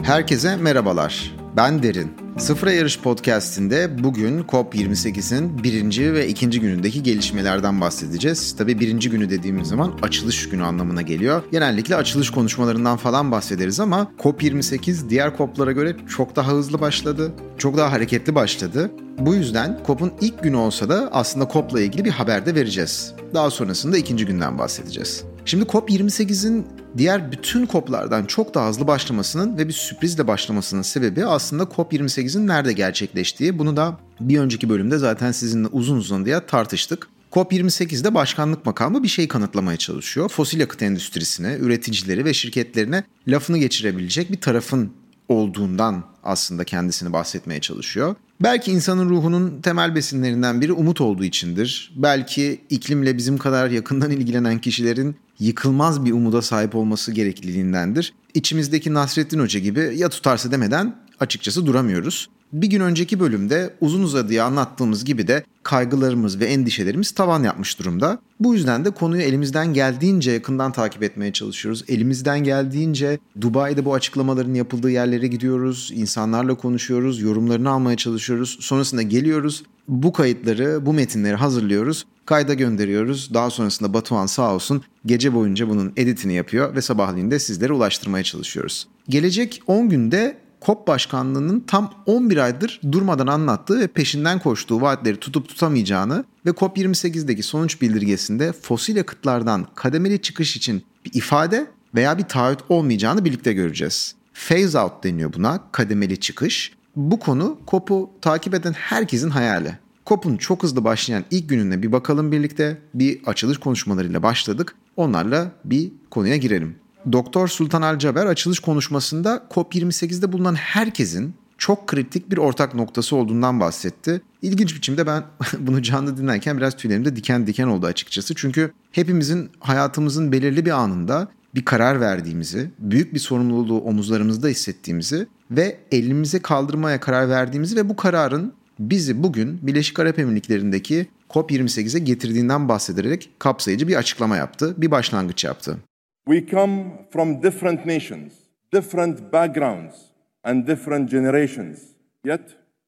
Herkese merhabalar. Ben Derin. Sıfıra Yarış Podcast'inde bugün COP28'in birinci ve ikinci günündeki gelişmelerden bahsedeceğiz. Tabii birinci günü dediğimiz zaman açılış günü anlamına geliyor. Genellikle açılış konuşmalarından falan bahsederiz ama COP28 diğer COP'lara göre çok daha hızlı başladı. Çok daha hareketli başladı. Bu yüzden COP'un ilk günü olsa da aslında COP'la ilgili bir haber de vereceğiz. Daha sonrasında ikinci günden bahsedeceğiz. Şimdi COP28'in diğer bütün COP'lardan çok daha hızlı başlamasının ve bir sürprizle başlamasının sebebi aslında COP28'in nerede gerçekleştiği. Bunu da bir önceki bölümde zaten sizinle uzun uzun diye tartıştık. COP28'de başkanlık makamı bir şey kanıtlamaya çalışıyor. Fosil yakıt endüstrisine, üreticileri ve şirketlerine lafını geçirebilecek bir tarafın olduğundan aslında kendisini bahsetmeye çalışıyor. Belki insanın ruhunun temel besinlerinden biri umut olduğu içindir. Belki iklimle bizim kadar yakından ilgilenen kişilerin yıkılmaz bir umuda sahip olması gerekliliğindendir. İçimizdeki Nasrettin Hoca gibi ya tutarsa demeden açıkçası duramıyoruz. Bir gün önceki bölümde uzun uzadıya anlattığımız gibi de kaygılarımız ve endişelerimiz tavan yapmış durumda. Bu yüzden de konuyu elimizden geldiğince yakından takip etmeye çalışıyoruz. Elimizden geldiğince Dubai'de bu açıklamaların yapıldığı yerlere gidiyoruz, insanlarla konuşuyoruz, yorumlarını almaya çalışıyoruz. Sonrasında geliyoruz, bu kayıtları, bu metinleri hazırlıyoruz, kayda gönderiyoruz. Daha sonrasında Batuhan sağ olsun gece boyunca bunun editini yapıyor ve sabahleyin de sizlere ulaştırmaya çalışıyoruz. Gelecek 10 günde COP başkanlığının tam 11 aydır durmadan anlattığı ve peşinden koştuğu vaatleri tutup tutamayacağını ve COP28'deki sonuç bildirgesinde fosil yakıtlardan kademeli çıkış için bir ifade veya bir taahhüt olmayacağını birlikte göreceğiz. Phase out deniyor buna, kademeli çıkış. Bu konu COP'u takip eden herkesin hayali. COP'un çok hızlı başlayan ilk gününe bir bakalım birlikte. Bir açılış konuşmalarıyla başladık. Onlarla bir konuya girelim. Doktor Sultan Alcaber açılış konuşmasında COP28'de bulunan herkesin çok kritik bir ortak noktası olduğundan bahsetti. İlginç biçimde ben bunu canlı dinlerken biraz tüylerimde diken diken oldu açıkçası. Çünkü hepimizin hayatımızın belirli bir anında bir karar verdiğimizi, büyük bir sorumluluğu omuzlarımızda hissettiğimizi ve elimize kaldırmaya karar verdiğimizi ve bu kararın bizi bugün Birleşik Arap Emirlikleri'ndeki COP28'e getirdiğinden bahsederek kapsayıcı bir açıklama yaptı, bir başlangıç yaptı. We come from different nations, different backgrounds, and different generations. Yet,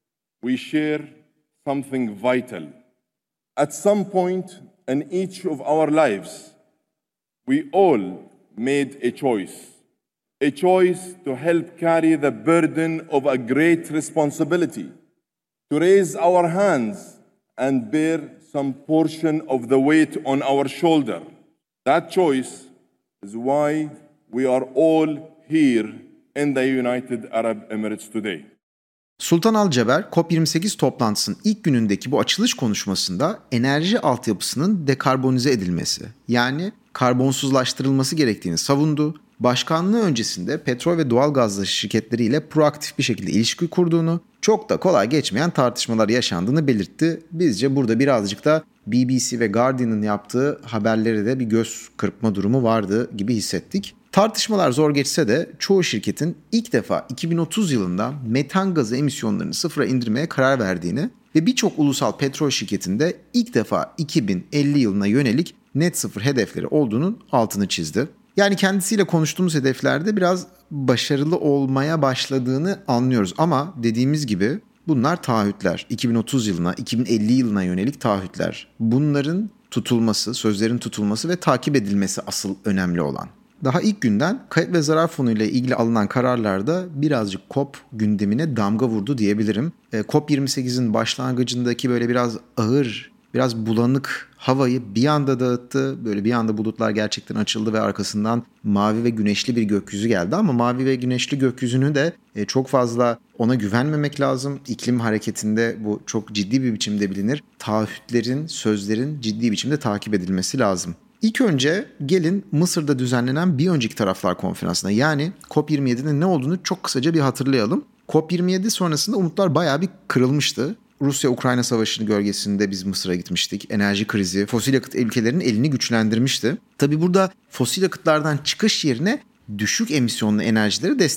we share something vital. At some point in each of our lives, we all made a choice. A choice to help carry the burden of a great responsibility. To raise our hands and bear some portion of the weight on our shoulder. That choice is why we are all here in the United Arab Emirates today. Sultan Alcaber, COP28 toplantısının ilk günündeki bu açılış konuşmasında enerji altyapısının dekarbonize edilmesi, yani karbonsuzlaştırılması gerektiğini savundu. Başkanlığı öncesinde petrol ve doğal gaz şirketleriyle proaktif bir şekilde ilişki kurduğunu, çok da kolay geçmeyen tartışmalar yaşandığını belirtti. Bizce burada birazcık da BBC ve Guardian'ın yaptığı haberlere de bir göz kırpma durumu vardı gibi hissettik. Tartışmalar zor geçse de çoğu şirketin ilk defa 2030 yılında metan gazı emisyonlarını sıfıra indirmeye karar verdiğini ve birçok ulusal petrol şirketinde ilk defa 2050 yılına yönelik net sıfır hedefleri olduğunun altını çizdi. Yani kendisiyle konuştuğumuz hedeflerde biraz başarılı olmaya başladığını anlıyoruz ama dediğimiz gibi bunlar taahhütler. 2030 yılına, 2050 yılına yönelik taahhütler. Bunların tutulması, sözlerin tutulması ve takip edilmesi asıl önemli olan. Daha ilk günden kayıp ve zarar fonu ile ilgili alınan kararlarda birazcık COP gündemine damga vurdu diyebilirim. COP28'in başlangıcındaki böyle biraz ağır, biraz bulanık havayı bir anda dağıttı. Böyle bir anda bulutlar gerçekten açıldı ve arkasından mavi ve güneşli bir gökyüzü geldi. Ama mavi ve güneşli gökyüzünü de çok fazla ona güvenmemek lazım. İklim hareketinde bu çok ciddi bir biçimde bilinir. Taahhütlerin, sözlerin ciddi biçimde takip edilmesi lazım. İlk önce gelin Mısır'da düzenlenen bir önceki taraflar konferansına, yani COP27'nin ne olduğunu çok kısaca bir hatırlayalım. COP27 sonrasında umutlar bayağı bir kırılmıştı. Rusya-Ukrayna savaşının gölgesinde biz Mısır'a gitmiştik. Enerji krizi, fosil yakıt ülkelerinin elini güçlendirmişti. Tabii burada fosil yakıtlardan çıkış yerine düşük emisyonlu enerjilere destek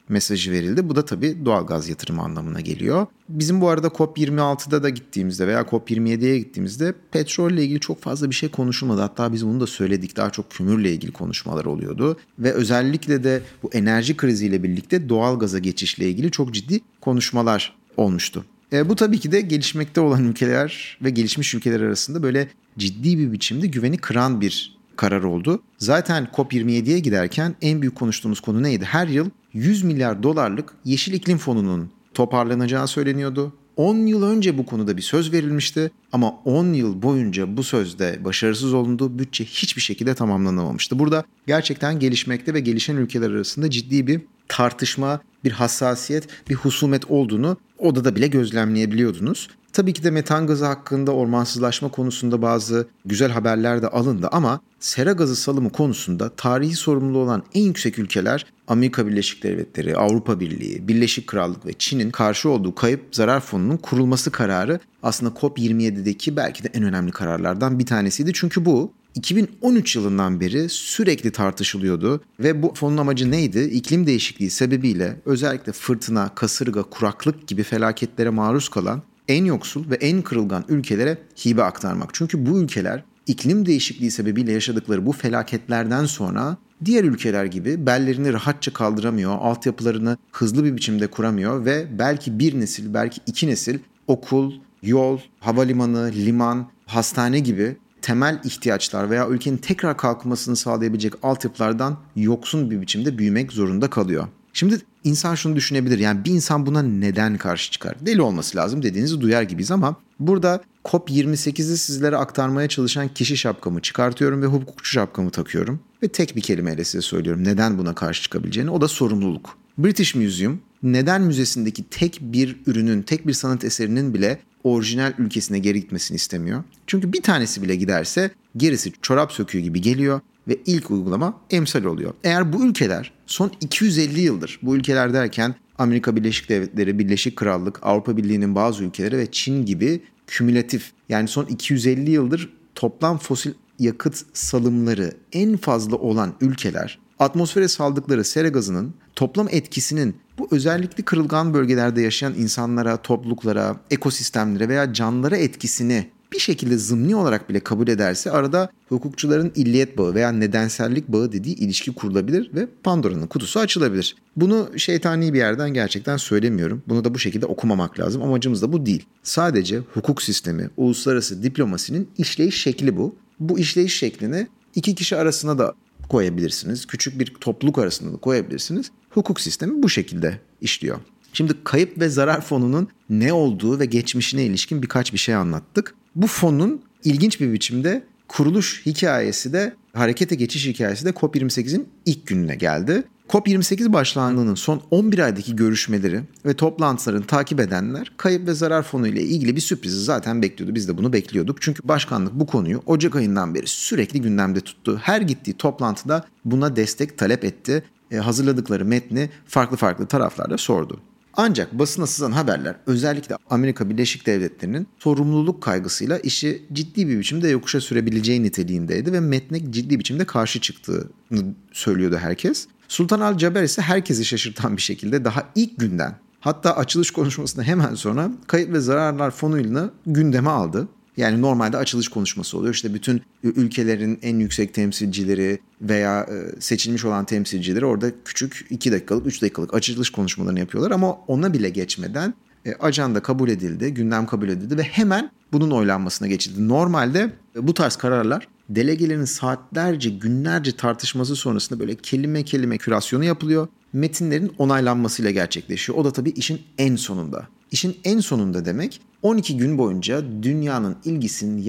mesajı verildi. Bu da tabii doğalgaz yatırımı anlamına geliyor. Bizim bu arada COP26'da da gittiğimizde veya COP27'ye gittiğimizde petrolle ilgili çok fazla bir şey konuşulmadı. Hatta biz bunu da söyledik. Daha çok kömürle ilgili konuşmalar oluyordu. Ve özellikle de bu enerji kriziyle birlikte doğalgaza geçişle ilgili çok ciddi konuşmalar olmuştu. Bu tabii ki de gelişmekte olan ülkeler ve gelişmiş ülkeler arasında böyle ciddi bir biçimde güveni kıran bir karar oldu. Zaten COP27'ye giderken en büyük konuştuğumuz konu neydi? Her yıl 100 milyar dolarlık Yeşil İklim Fonu'nun toparlanacağı söyleniyordu. 10 yıl önce bu konuda bir söz verilmişti ama 10 yıl boyunca bu sözde başarısız olundu. Bütçe hiçbir şekilde tamamlanamamıştı. Burada gerçekten gelişmekte ve gelişen ülkeler arasında ciddi bir tartışma, bir hassasiyet, bir husumet olduğunu odada bile gözlemleyebiliyordunuz. Tabii ki de metan gazı hakkında ormansızlaşma konusunda bazı güzel haberler de alındı ama sera gazı salımı konusunda tarihi sorumlu olan en yüksek ülkeler Amerika Birleşik Devletleri, Avrupa Birliği, Birleşik Krallık ve Çin'in karşı olduğu kayıp zarar fonunun kurulması kararı aslında COP27'deki belki de en önemli kararlardan bir tanesiydi. Çünkü bu 2013 yılından beri sürekli tartışılıyordu ve bu fonun amacı neydi? İklim değişikliği sebebiyle özellikle fırtına, kasırga, kuraklık gibi felaketlere maruz kalan en yoksul ve en kırılgan ülkelere hibe aktarmak. Çünkü bu ülkeler iklim değişikliği sebebiyle yaşadıkları bu felaketlerden sonra diğer ülkeler gibi bellerini rahatça kaldıramıyor, altyapılarını hızlı bir biçimde kuramıyor ve belki bir nesil, belki iki nesil okul, yol, havalimanı, liman, hastane gibi temel ihtiyaçlar veya ülkenin tekrar kalkınmasını sağlayabilecek altyapılardan yoksun bir biçimde büyümek zorunda kalıyor. Şimdi insan şunu düşünebilir, yani bir insan buna neden karşı çıkar? Deli olması lazım dediğinizi duyar gibiyiz ama burada COP28'i sizlere aktarmaya çalışan kişi şapkamı çıkartıyorum ve hukukçu şapkamı takıyorum. Ve tek bir kelimeyle size söylüyorum neden buna karşı çıkabileceğini, o da sorumluluk. British Museum neden müzesindeki tek bir ürünün, tek bir sanat eserinin bile orijinal ülkesine geri gitmesini istemiyor? Çünkü bir tanesi bile giderse gerisi çorap söküğü gibi geliyor ve ilk uygulama emsal oluyor. Eğer bu ülkeler son 250 yıldır, bu ülkeler derken Amerika Birleşik Devletleri, Birleşik Krallık, Avrupa Birliği'nin bazı ülkeleri ve Çin gibi kümülatif, yani son 250 yıldır toplam fosil yakıt salımları en fazla olan ülkeler, atmosfere saldıkları sera gazının toplam etkisinin bu özellikle kırılgan bölgelerde yaşayan insanlara, topluluklara, ekosistemlere veya canlılara etkisini bir şekilde zımni olarak bile kabul ederse arada hukukçuların illiyet bağı veya nedensellik bağı dediği ilişki kurulabilir ve Pandora'nın kutusu açılabilir. Bunu şeytani bir yerden gerçekten söylemiyorum. Bunu da bu şekilde okumamak lazım. Amacımız da bu değil. Sadece hukuk sistemi, uluslararası diplomasinin işleyiş şekli bu. Bu işleyiş şeklini iki kişi arasına da koyabilirsiniz. Küçük bir topluluk arasında da koyabilirsiniz. Hukuk sistemi bu şekilde işliyor. Şimdi kayıp ve zarar fonunun ne olduğu ve geçmişine ilişkin birkaç bir şey anlattık. Bu fonun ilginç bir biçimde kuruluş hikayesi de, harekete geçiş hikayesi de COP28'in ilk gününe geldi. COP28 başkanlığının son 11 aydaki görüşmeleri ve toplantılarını takip edenler kayıp ve zarar fonu ile ilgili bir sürprizi zaten bekliyordu. Biz de bunu bekliyorduk. Çünkü başkanlık bu konuyu Ocak ayından beri sürekli gündemde tuttu. Her gittiği toplantıda buna destek talep etti. Hazırladıkları metni farklı taraflarda sordu. Ancak basına sızan haberler özellikle Amerika Birleşik Devletleri'nin sorumluluk kaygısıyla işi ciddi bir biçimde yokuşa sürebileceği niteliğindeydi ve metne ciddi biçimde karşı çıktığını söylüyordu herkes. Sultan Al Jaber ise herkesi şaşırtan bir şekilde daha ilk günden, hatta açılış konuşmasında hemen sonra kayıp ve zararlar fonuyla gündeme aldı. Yani normalde açılış konuşması oluyor. İşte bütün ülkelerin en yüksek temsilcileri veya seçilmiş olan temsilcileri orada küçük 2 dakikalık, 3 dakikalık açılış konuşmalarını yapıyorlar. Ama ona bile geçmeden ajanda kabul edildi, gündem kabul edildi ve hemen bunun oylanmasına geçildi. Normalde bu tarz kararlar delegelerin saatlerce, günlerce tartışması sonrasında böyle kelime kelime kürasyonu yapılıyor. Metinlerin onaylanmasıyla gerçekleşiyor. O da tabii işin en sonunda. İşin en sonunda demek 12 gün boyunca dünyanın ilgisinin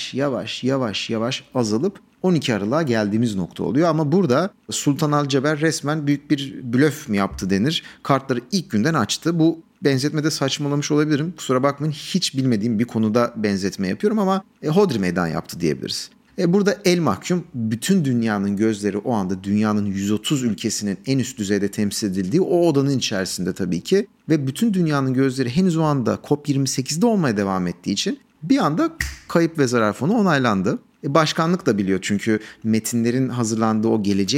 yavaş azalıp 12 Aralık'a geldiğimiz nokta oluyor. Ama burada Sultan Al Jaber resmen büyük bir blöf mü yaptı denir. Kartları ilk günden açtı. Bu benzetmede saçmalamış olabilirim. Kusura bakmayın, hiç bilmediğim bir konuda benzetme yapıyorum ama hodri meydan yaptı diyebiliriz. Burada el mahkum bütün dünyanın gözleri o anda dünyanın 130 ülkesinin en üst düzeyde temsil edildiği o odanın içerisinde tabii ki ve bütün dünyanın gözleri henüz o anda COP28'de olmaya devam ettiği için bir anda kayıp ve zarar fonu onaylandı. Başkanlık da biliyor çünkü metinlerin hazırlandığı o gelecek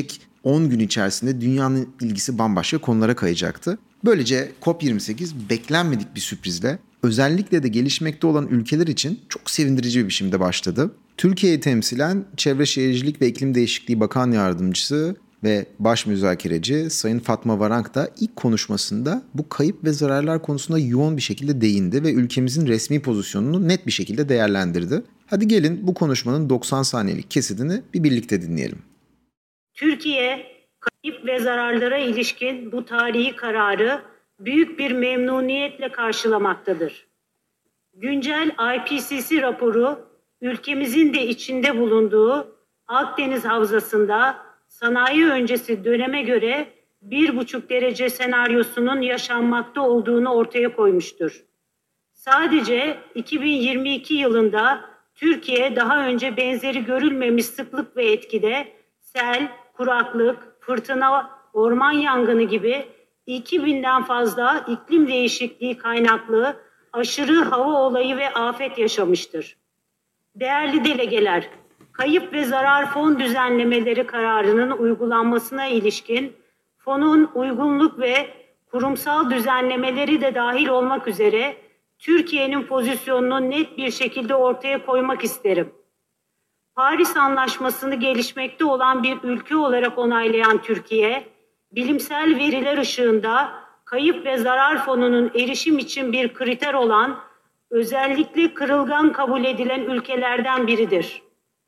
10 gün içerisinde dünyanın ilgisi bambaşka konulara kayacaktı. Böylece COP28 beklenmedik bir sürprizle özellikle de gelişmekte olan ülkeler için çok sevindirici bir biçimde başladı. Türkiye'yi temsilen Çevre Şehircilik ve İklim Değişikliği Bakan Yardımcısı ve baş müzakereci Sayın Fatma Varank da ilk konuşmasında bu kayıp ve zararlar konusunda yoğun bir şekilde değindi ve ülkemizin resmi pozisyonunu net bir şekilde değerlendirdi. Hadi gelin bu konuşmanın 90 saniyelik kesitini bir birlikte dinleyelim. Türkiye, kayıp ve zararlara ilişkin bu tarihi kararı büyük bir memnuniyetle karşılamaktadır. Güncel IPCC raporu, ülkemizin de içinde bulunduğu Akdeniz Havzası'nda sanayi öncesi döneme göre 1,5 derece senaryosunun yaşanmakta olduğunu ortaya koymuştur. Sadece 2022 yılında Türkiye daha önce benzeri görülmemiş sıklık ve etkide sel, kuraklık, fırtına, orman yangını gibi 2000'den fazla iklim değişikliği kaynaklı aşırı hava olayı ve afet yaşamıştır. Değerli delegeler, kayıp ve zarar fon düzenlemeleri kararının uygulanmasına ilişkin fonun uygunluk ve kurumsal düzenlemeleri de dahil olmak üzere Türkiye'nin pozisyonunu net bir şekilde ortaya koymak isterim. Paris Anlaşması'nı gelişmekte olan bir ülke olarak onaylayan Türkiye, bilimsel veriler ışığında kayıp ve zarar fonunun erişim için bir kriter olan özellikle kırılgan kabul edilen ülkelerden biridir.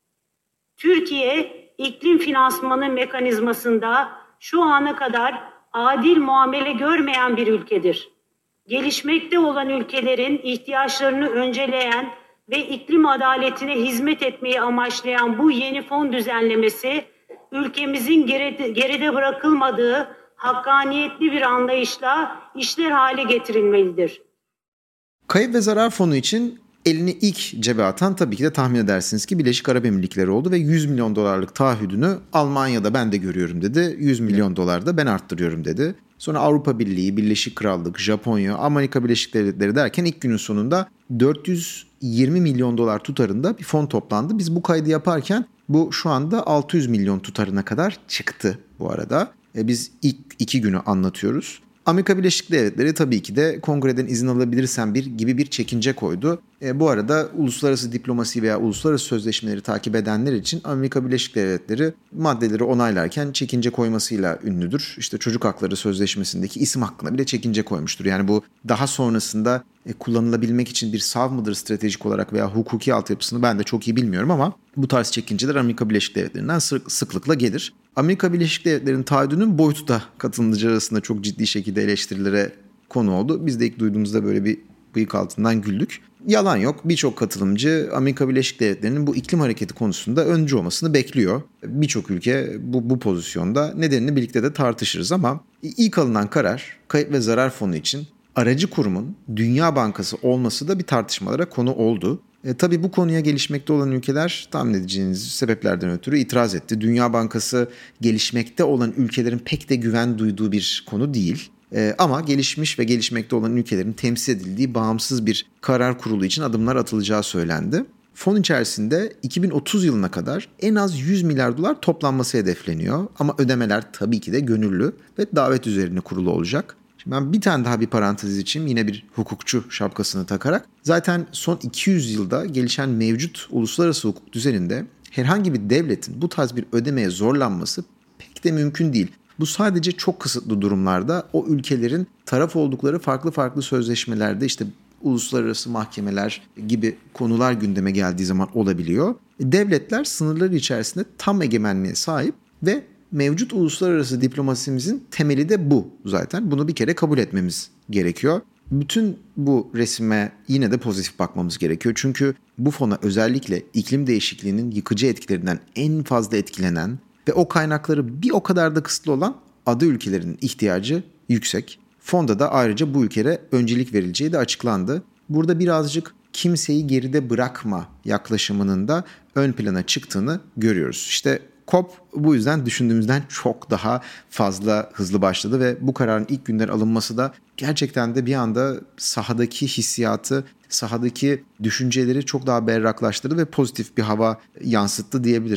Türkiye, iklim finansmanı mekanizmasında şu ana kadar adil muamele görmeyen bir ülkedir. Gelişmekte olan ülkelerin ihtiyaçlarını önceleyen ve iklim adaletine hizmet etmeyi amaçlayan bu yeni fon düzenlemesi, ülkemizin geride bırakılmadığı hakkaniyetli bir anlayışla işler hale getirilmelidir. Kayıp ve zarar fonu için elini ilk cebe atan tabii ki de tahmin edersiniz ki Birleşik Arap Emirlikleri oldu ve 100 milyon dolarlık taahhüdünü Almanya'da ben de görüyorum dedi. 100 milyon dolar da ben arttırıyorum dedi. Sonra Avrupa Birliği, Birleşik Krallık, Japonya, Amerika Birleşik Devletleri derken ilk günün sonunda 420 milyon dolar tutarında bir fon toplandı. Biz bu kaydı yaparken bu şu anda 600 milyon tutarına kadar çıktı bu arada. Biz ilk 2 günü anlatıyoruz. Amerika Birleşik Devletleri tabii ki de kongreden izin alabilirsem gibi bir çekince koydu. Bu arada uluslararası diplomasi veya uluslararası sözleşmeleri takip edenler için Amerika Birleşik Devletleri maddeleri onaylarken çekince koymasıyla ünlüdür. İşte çocuk hakları sözleşmesindeki isim hakkında bile çekince koymuştur. Yani bu daha sonrasında kullanılabilmek için bir sav mıdır stratejik olarak veya hukuki altyapısını ben de çok iyi bilmiyorum ama bu tarz çekinceler Amerika Birleşik Devletleri'nden sıklıkla gelir. Amerika Birleşik Devletleri'nin taahhüdünün boyutu da katılımcılar arasında çok ciddi şekilde eleştirilere konu oldu. Biz de ilk duyduğumuzda böyle bir bıyık altından güldük. Yalan yok, birçok katılımcı Amerika Birleşik Devletleri'nin bu iklim hareketi konusunda öncü olmasını bekliyor. Birçok ülke bu pozisyonda, nedenini birlikte de tartışırız ama ilk alınan karar kayıp ve zarar fonu için aracı kurumun Dünya Bankası olması da bir tartışmalara konu oldu. Tabii bu konuya gelişmekte olan ülkeler tahmin edeceğiniz sebeplerden ötürü itiraz etti. Dünya Bankası gelişmekte olan ülkelerin pek de güven duyduğu bir konu değil. Ama gelişmiş ve gelişmekte olan ülkelerin temsil edildiği bağımsız bir karar kurulu için adımlar atılacağı söylendi. Fon içerisinde 2030 yılına kadar en az 100 milyar dolar toplanması hedefleniyor. Ama ödemeler tabii ki de gönüllü ve davet üzerine kurulu olacak. Şimdi ben bir tane daha bir parantez içeyim, yine bir hukukçu şapkasını takarak. Zaten son 200 yılda gelişen mevcut uluslararası hukuk düzeninde herhangi bir devletin bu tarz bir ödemeye zorlanması pek de mümkün değil. Bu sadece çok kısıtlı durumlarda o ülkelerin taraf oldukları farklı sözleşmelerde işte uluslararası mahkemeler gibi konular gündeme geldiği zaman olabiliyor. Devletler sınırları içerisinde tam egemenliğe sahip ve mevcut uluslararası diplomasimizin temeli de bu zaten. Bunu bir kere kabul etmemiz gerekiyor. Bütün bu resime yine de pozitif bakmamız gerekiyor. Çünkü bu fona özellikle iklim değişikliğinin yıkıcı etkilerinden en fazla etkilenen ve o kaynakları bir o kadar da kısıtlı olan ada ülkelerin ihtiyacı yüksek. Fonda da ayrıca bu ülkelere öncelik verileceği de açıklandı. Burada birazcık kimseyi geride bırakma yaklaşımının da ön plana çıktığını görüyoruz. İşte COP bu yüzden düşündüğümüzden çok daha fazla hızlı başladı ve bu kararın ilk günden alınması da gerçekten de bir anda sahadaki hissiyatı, sahadaki düşünceleri çok daha berraklaştırdı ve pozitif bir hava yansıttı diyebilirim.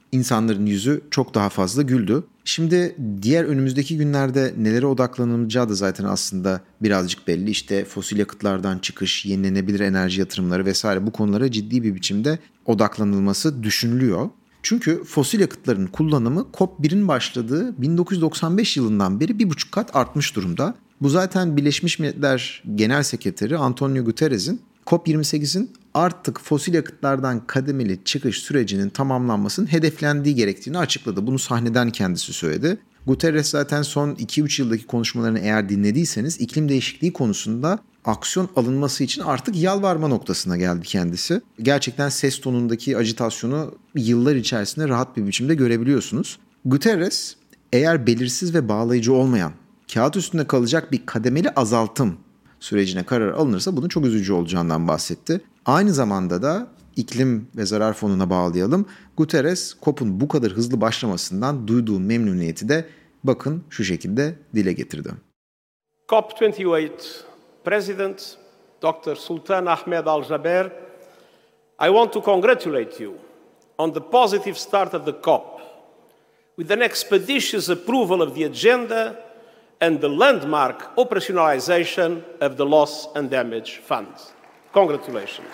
İnsanların yüzü çok daha fazla güldü. Şimdi diğer önümüzdeki günlerde nelere odaklanılacağı da zaten aslında birazcık belli. İşte fosil yakıtlardan çıkış, yenilenebilir enerji yatırımları vesaire bu konulara ciddi bir biçimde odaklanılması düşünülüyor. Çünkü fosil yakıtların kullanımı COP1'in başladığı 1995 yılından beri 1,5 kat artmış durumda. Bu zaten Birleşmiş Milletler Genel Sekreteri Antonio Guterres'in COP28'in artık fosil yakıtlardan kademeli çıkış sürecinin tamamlanmasının hedeflendiği gerektiğini açıkladı. Bunu sahneden kendisi söyledi. Guterres zaten son 2-3 yıldaki konuşmalarını eğer dinlediyseniz iklim değişikliği konusunda aksiyon alınması için artık yalvarma noktasına geldi kendisi. Gerçekten ses tonundaki ajitasyonu yıllar içerisinde rahat bir biçimde görebiliyorsunuz. Guterres eğer belirsiz ve bağlayıcı olmayan, kağıt üstünde kalacak bir kademeli azaltım sürecine karar alınırsa bunun çok üzücü olacağından bahsetti. Aynı zamanda da iklim ve zarar fonuna bağlayalım. Guterres, COP'un bu kadar hızlı başlamasından duyduğu memnuniyeti de bakın şu şekilde dile getirdi. COP28 President Dr. Sultan Ahmed Al-Jaber, I want to congratulate you on the positive start of the COP with an expeditious approval of the agenda and the landmark operationalization of the Loss and Damage Fund. Congratulations.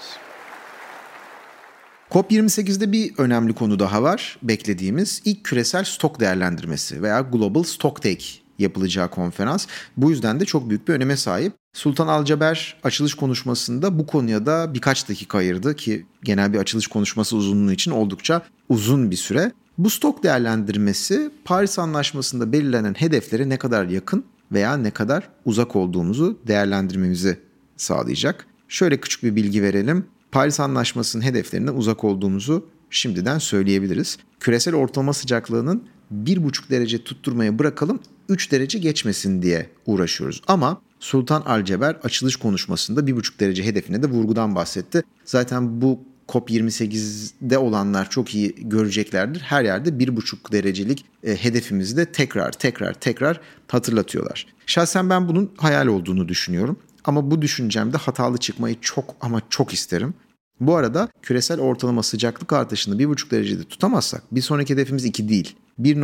COP28'de bir önemli konu daha var. Beklediğimiz ilk küresel stok değerlendirmesi veya Global Stocktake yapılacağı konferans. Bu yüzden de çok büyük bir öneme sahip. Sultan Al-Jaber açılış konuşmasında bu konuya da birkaç dakika ayırdı ki genel bir açılış konuşması uzunluğu için oldukça uzun bir süre. Bu stok değerlendirmesi Paris Anlaşması'nda belirlenen hedeflere ne kadar yakın veya ne kadar uzak olduğumuzu değerlendirmemizi sağlayacak. Şöyle küçük bir bilgi verelim. Paris Anlaşması'nın hedeflerinden uzak olduğumuzu şimdiden söyleyebiliriz. Küresel ortalama sıcaklığının 1,5 derece tutturmaya bırakalım 3 derece geçmesin diye uğraşıyoruz. Ama Sultan Al-Jaber açılış konuşmasında 1,5 derece hedefine de vurgudan bahsetti. Zaten bu COP28'de olanlar çok iyi göreceklerdir. Her yerde 1,5 derecelik hedefimizi de tekrar hatırlatıyorlar. Şahsen ben bunun hayal olduğunu düşünüyorum. Ama bu düşüncemde hatalı çıkmayı çok isterim. Bu arada küresel ortalama sıcaklık artışını 1,5 derecede tutamazsak bir sonraki hedefimiz 2 değil.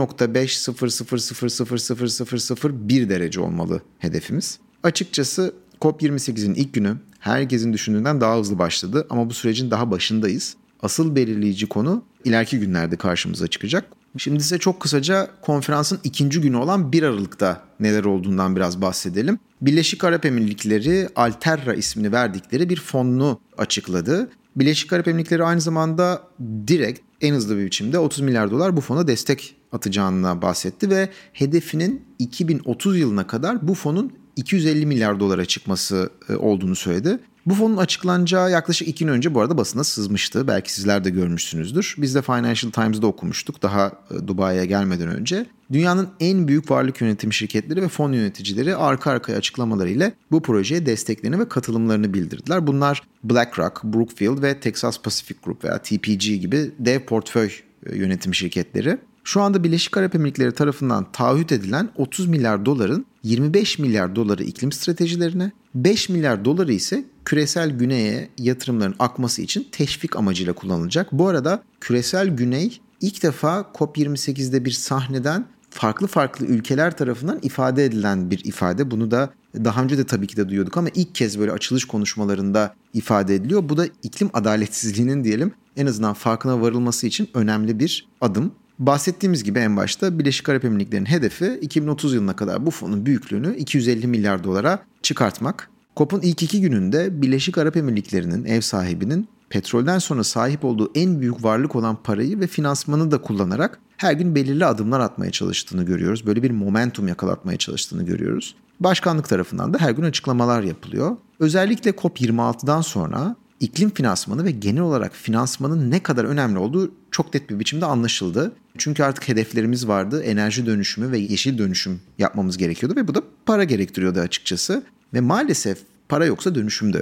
1.500000001 derece olmalı hedefimiz. Açıkçası COP28'in ilk günü herkesin düşündüğünden daha hızlı başladı ama bu sürecin daha başındayız. Asıl belirleyici konu ileriki günlerde karşımıza çıkacak. Şimdi size çok kısaca konferansın ikinci günü olan 1 Aralık'ta neler olduğundan biraz bahsedelim. Birleşik Arap Emirlikleri Alterra ismini verdikleri bir fonunu açıkladı. Birleşik Arap Emirlikleri aynı zamanda direkt en hızlı bir biçimde 30 milyar dolar bu fona destek atacağına bahsetti ve hedefinin 2030 yılına kadar bu fonun 250 milyar dolara çıkması olduğunu söyledi. Bu fonun açıklanacağı yaklaşık 2 gün önce bu arada basına sızmıştı. Belki sizler de görmüşsünüzdür. Biz de Financial Times'da okumuştuk daha Dubai'ye gelmeden önce. Dünyanın en büyük varlık yönetim şirketleri ve fon yöneticileri arka arkaya açıklamalarıyla bu projeye desteklerini ve katılımlarını bildirdiler. Bunlar BlackRock, Brookfield ve Texas Pacific Group veya TPG gibi dev portföy yönetim şirketleri. Şu anda Birleşik Arap Emirlikleri tarafından taahhüt edilen 30 milyar doların 25 milyar doları iklim stratejilerine, 5 milyar doları ise küresel güneye yatırımların akması için teşvik amacıyla kullanılacak. Bu arada küresel güney ilk defa COP28'de bir sahneden farklı ülkeler tarafından ifade edilen bir ifade. Bunu da daha önce de tabii ki de duyuyorduk ama ilk kez böyle açılış konuşmalarında ifade ediliyor. Bu da iklim adaletsizliğinin diyelim en azından farkına varılması için önemli bir adım. Bahsettiğimiz gibi en başta Birleşik Arap Emirlikleri'nin hedefi 2030 yılına kadar bu fonun büyüklüğünü 250 milyar dolara çıkartmak. COP'un ilk 2 gününde Birleşik Arap Emirlikleri'nin ev sahibinin petrolden sonra sahip olduğu en büyük varlık olan parayı ve finansmanı da kullanarak her gün belirli adımlar atmaya çalıştığını görüyoruz. Böyle bir momentum yakalatmaya çalıştığını görüyoruz. Başkanlık tarafından da her gün açıklamalar yapılıyor. Özellikle COP26'dan sonra iklim finansmanı ve genel olarak finansmanın ne kadar önemli olduğu çok net bir biçimde anlaşıldı. Çünkü artık hedeflerimiz vardı. Enerji dönüşümü ve yeşil dönüşüm yapmamız gerekiyordu ve bu da para gerektiriyordu açıkçası. Ve maalesef para yoksa dönüşüm de yok.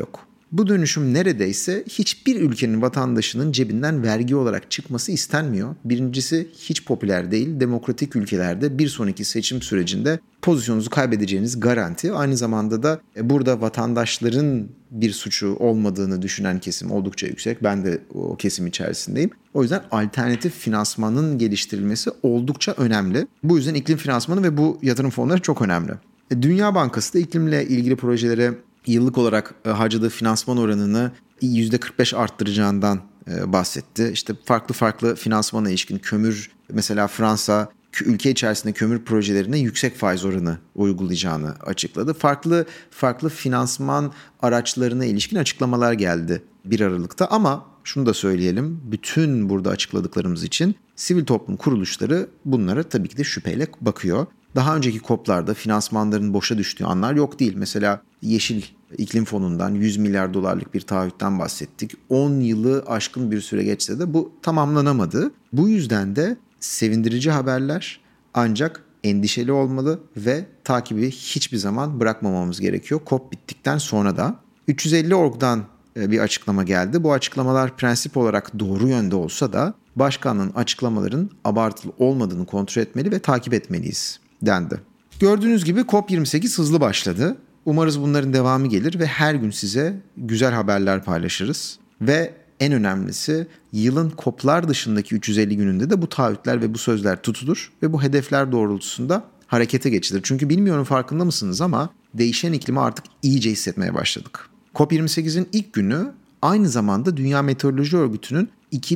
Bu dönüşüm neredeyse hiçbir ülkenin vatandaşının cebinden vergi olarak çıkması istenmiyor. Birincisi hiç popüler değil. Demokratik ülkelerde bir sonraki seçim sürecinde pozisyonunuzu kaybedeceğiniz garanti. Aynı zamanda da burada vatandaşların bir suçu olmadığını düşünen kesim oldukça yüksek. Ben de o kesim içerisindeyim. O yüzden alternatif finansmanın geliştirilmesi oldukça önemli. Bu yüzden iklim finansmanı ve bu yatırım fonları çok önemli. Dünya Bankası da iklimle ilgili projelere yıllık olarak harcadığı finansman oranını %45 arttıracağından bahsetti. İşte farklı finansmana ilişkin kömür, mesela Fransa ülke içerisinde kömür projelerine yüksek faiz oranı uygulayacağını açıkladı. Farklı finansman araçlarına ilişkin açıklamalar geldi 1 Aralık'ta ama şunu da söyleyelim, bütün burada açıkladıklarımız için sivil toplum kuruluşları bunlara tabii ki de şüpheyle bakıyor. Daha önceki COP'larda finansmanların boşa düştüğü anlar yok değil. Mesela Yeşil İklim Fonu'ndan 100 milyar dolarlık bir taahhütten bahsettik. 10 yılı aşkın bir süre geçse de bu tamamlanamadı. Bu yüzden de sevindirici haberler ancak endişeli olmalı ve takibi hiçbir zaman bırakmamamız gerekiyor. COP bittikten sonra da 350.org'dan bir açıklama geldi. Bu açıklamalar prensip olarak doğru yönde olsa da başkanın açıklamaların abartılı olmadığını kontrol etmeli ve takip etmeliyiz dendi. Gördüğünüz gibi COP28 hızlı başladı. Umarız bunların devamı gelir ve her gün size güzel haberler paylaşırız. Ve en önemlisi yılın COP'lar dışındaki 350 gününde de bu taahhütler ve bu sözler tutulur ve bu hedefler doğrultusunda harekete geçilir. Çünkü bilmiyorum farkında mısınız ama değişen iklimi artık iyice hissetmeye başladık. COP28'in ilk günü aynı zamanda Dünya Meteoroloji Örgütü'nün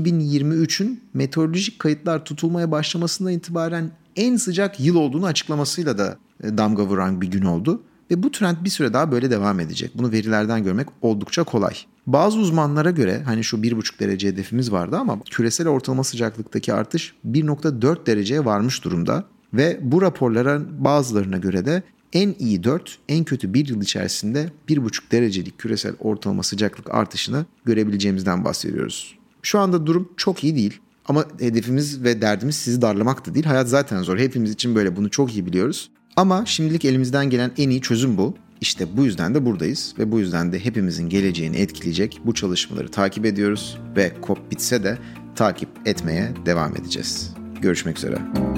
2023'ün meteorolojik kayıtlar tutulmaya başlamasından itibaren en sıcak yıl olduğunu açıklamasıyla da damga vuran bir gün oldu. Ve bu trend bir süre daha böyle devam edecek. Bunu verilerden görmek oldukça kolay. Bazı uzmanlara göre hani şu 1,5 derece hedefimiz vardı ama küresel ortalama sıcaklıktaki artış 1,4 dereceye varmış durumda. Ve bu raporların bazılarına göre de en iyi 4, en kötü 1 yıl içerisinde 1,5 derecelik küresel ortalama sıcaklık artışını görebileceğimizden bahsediyoruz. Şu anda durum çok iyi değil. Ama hedefimiz ve derdimiz sizi darlamak da değil. Hayat zaten zor. Hepimiz için böyle, bunu çok iyi biliyoruz. Ama şimdilik elimizden gelen en iyi çözüm bu. İşte bu yüzden de buradayız ve bu yüzden de hepimizin geleceğini etkileyecek bu çalışmaları takip ediyoruz ve COP bitse de takip etmeye devam edeceğiz. Görüşmek üzere.